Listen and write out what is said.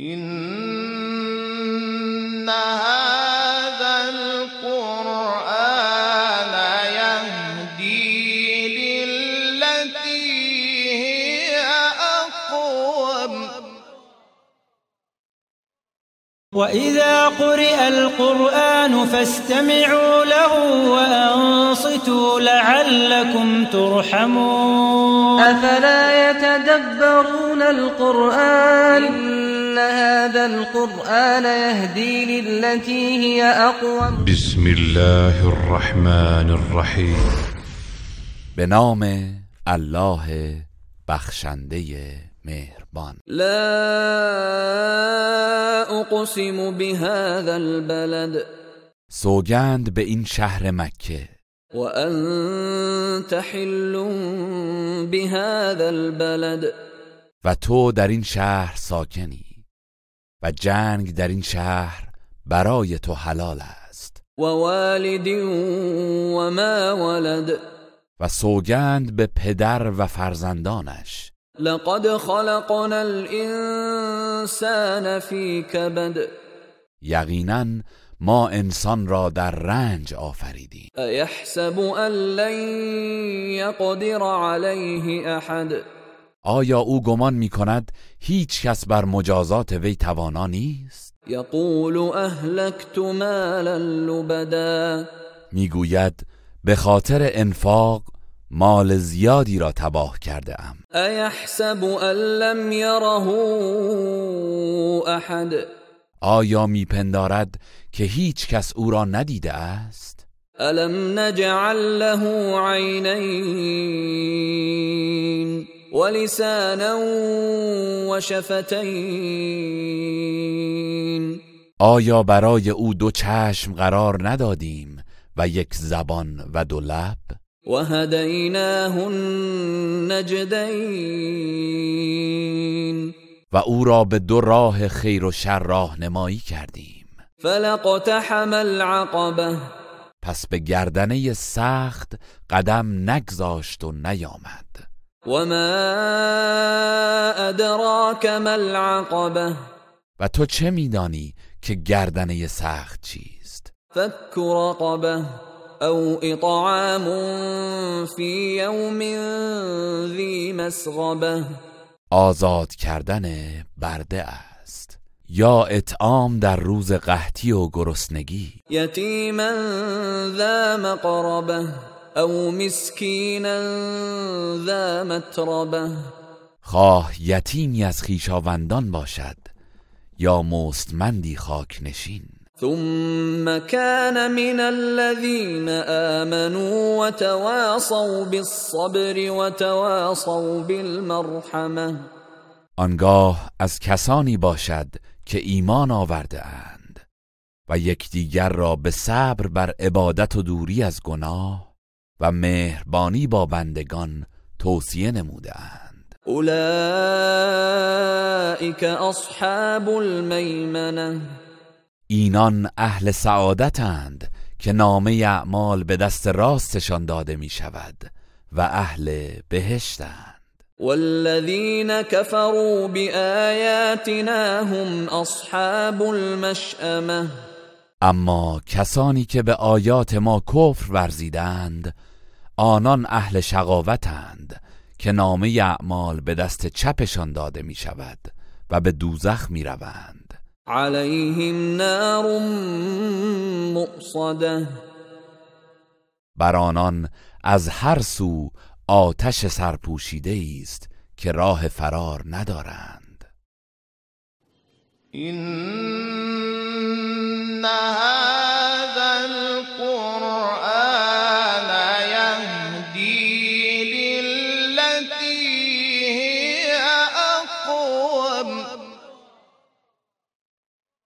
إن هذا القرآن يهدي للتي هي أقوم وإذا قرئ القرآن فاستمعوا له وأنصتوا لعلكم ترحمون أفلا يتدبرون القرآن إن هذا القرآن يهدي للتي هي أقوم بسم الله الرحمن الرحیم. به نام الله بخشنده مهربان. لا أقسم بهذا البلد سوگند به این شهر مکه. وأنت حل بهذا البلد و تو در این شهر ساکنی و جنگ در این شهر برای تو حلال است. ووالد وما ولد و سوگند به پدر و فرزندانش. لقد خلقنا الانسان فی کبد یقینا ما انسان را در رنج آفریدیم. ایحسب ان لن یقدر علیه احد آیا او گمان می کند هیچ کس بر مجازات وی توانا نیست؟ یقول اهلکت مالا لبدا میگوید به خاطر انفاق مال زیادی را تباه کرده ام. ایحسب ان لم یره احد آیا میپندارد که هیچ کس او را ندیده است؟ الم نجعل له عینین ولسانا وشفتین آیا برای او دو چشم قرار ندادیم و یک زبان و دو لب؟ وهدیناه النجدین و او را به دو راه خیر و شر راهنمایی کردیم. فلاقتحم العقبه پس به گردنه سخت قدم نگذاشت و نیامد. وما ادراک ما العقبه و تو چه میدانی که گردنه سخت چیست؟ فک رقبه او اطعام فی یوم ذی مسغبه آزاد کردن برده است یا اطعام در روز قحطی و گرسنگی. یتیما ذا مقربه او مسکینا ذا متربه خواه یتیمی از خویشاوندان باشد یا مستمندی خاک نشین. ثم كان من الذين آمنوا وتواصوا بالصبر وتواصوا بالمرحمة آنگاه از کسانی باشد که ایمان آورده اند و یکدیگر را به صبر بر عبادت و دوری از گناه و مهربانی با بندگان توصیه نموده اند. اولئک اصحاب المیمنه اینان اهل سعادتند که نامه اعمال به دست راستشان داده می شود و اهل بهشتند. والذین کفروا بآیاتنا هم اصحاب المشأمه اما کسانی که به آیات ما کفر ورزیدند آنان اهل شقاوتند که نامه اعمال به دست چپشان داده می شود و به دوزخ می روند. علیهم نار مؤصده بر آنان از هر سو آتش سرپوشیده است که راه فرار ندارند. إن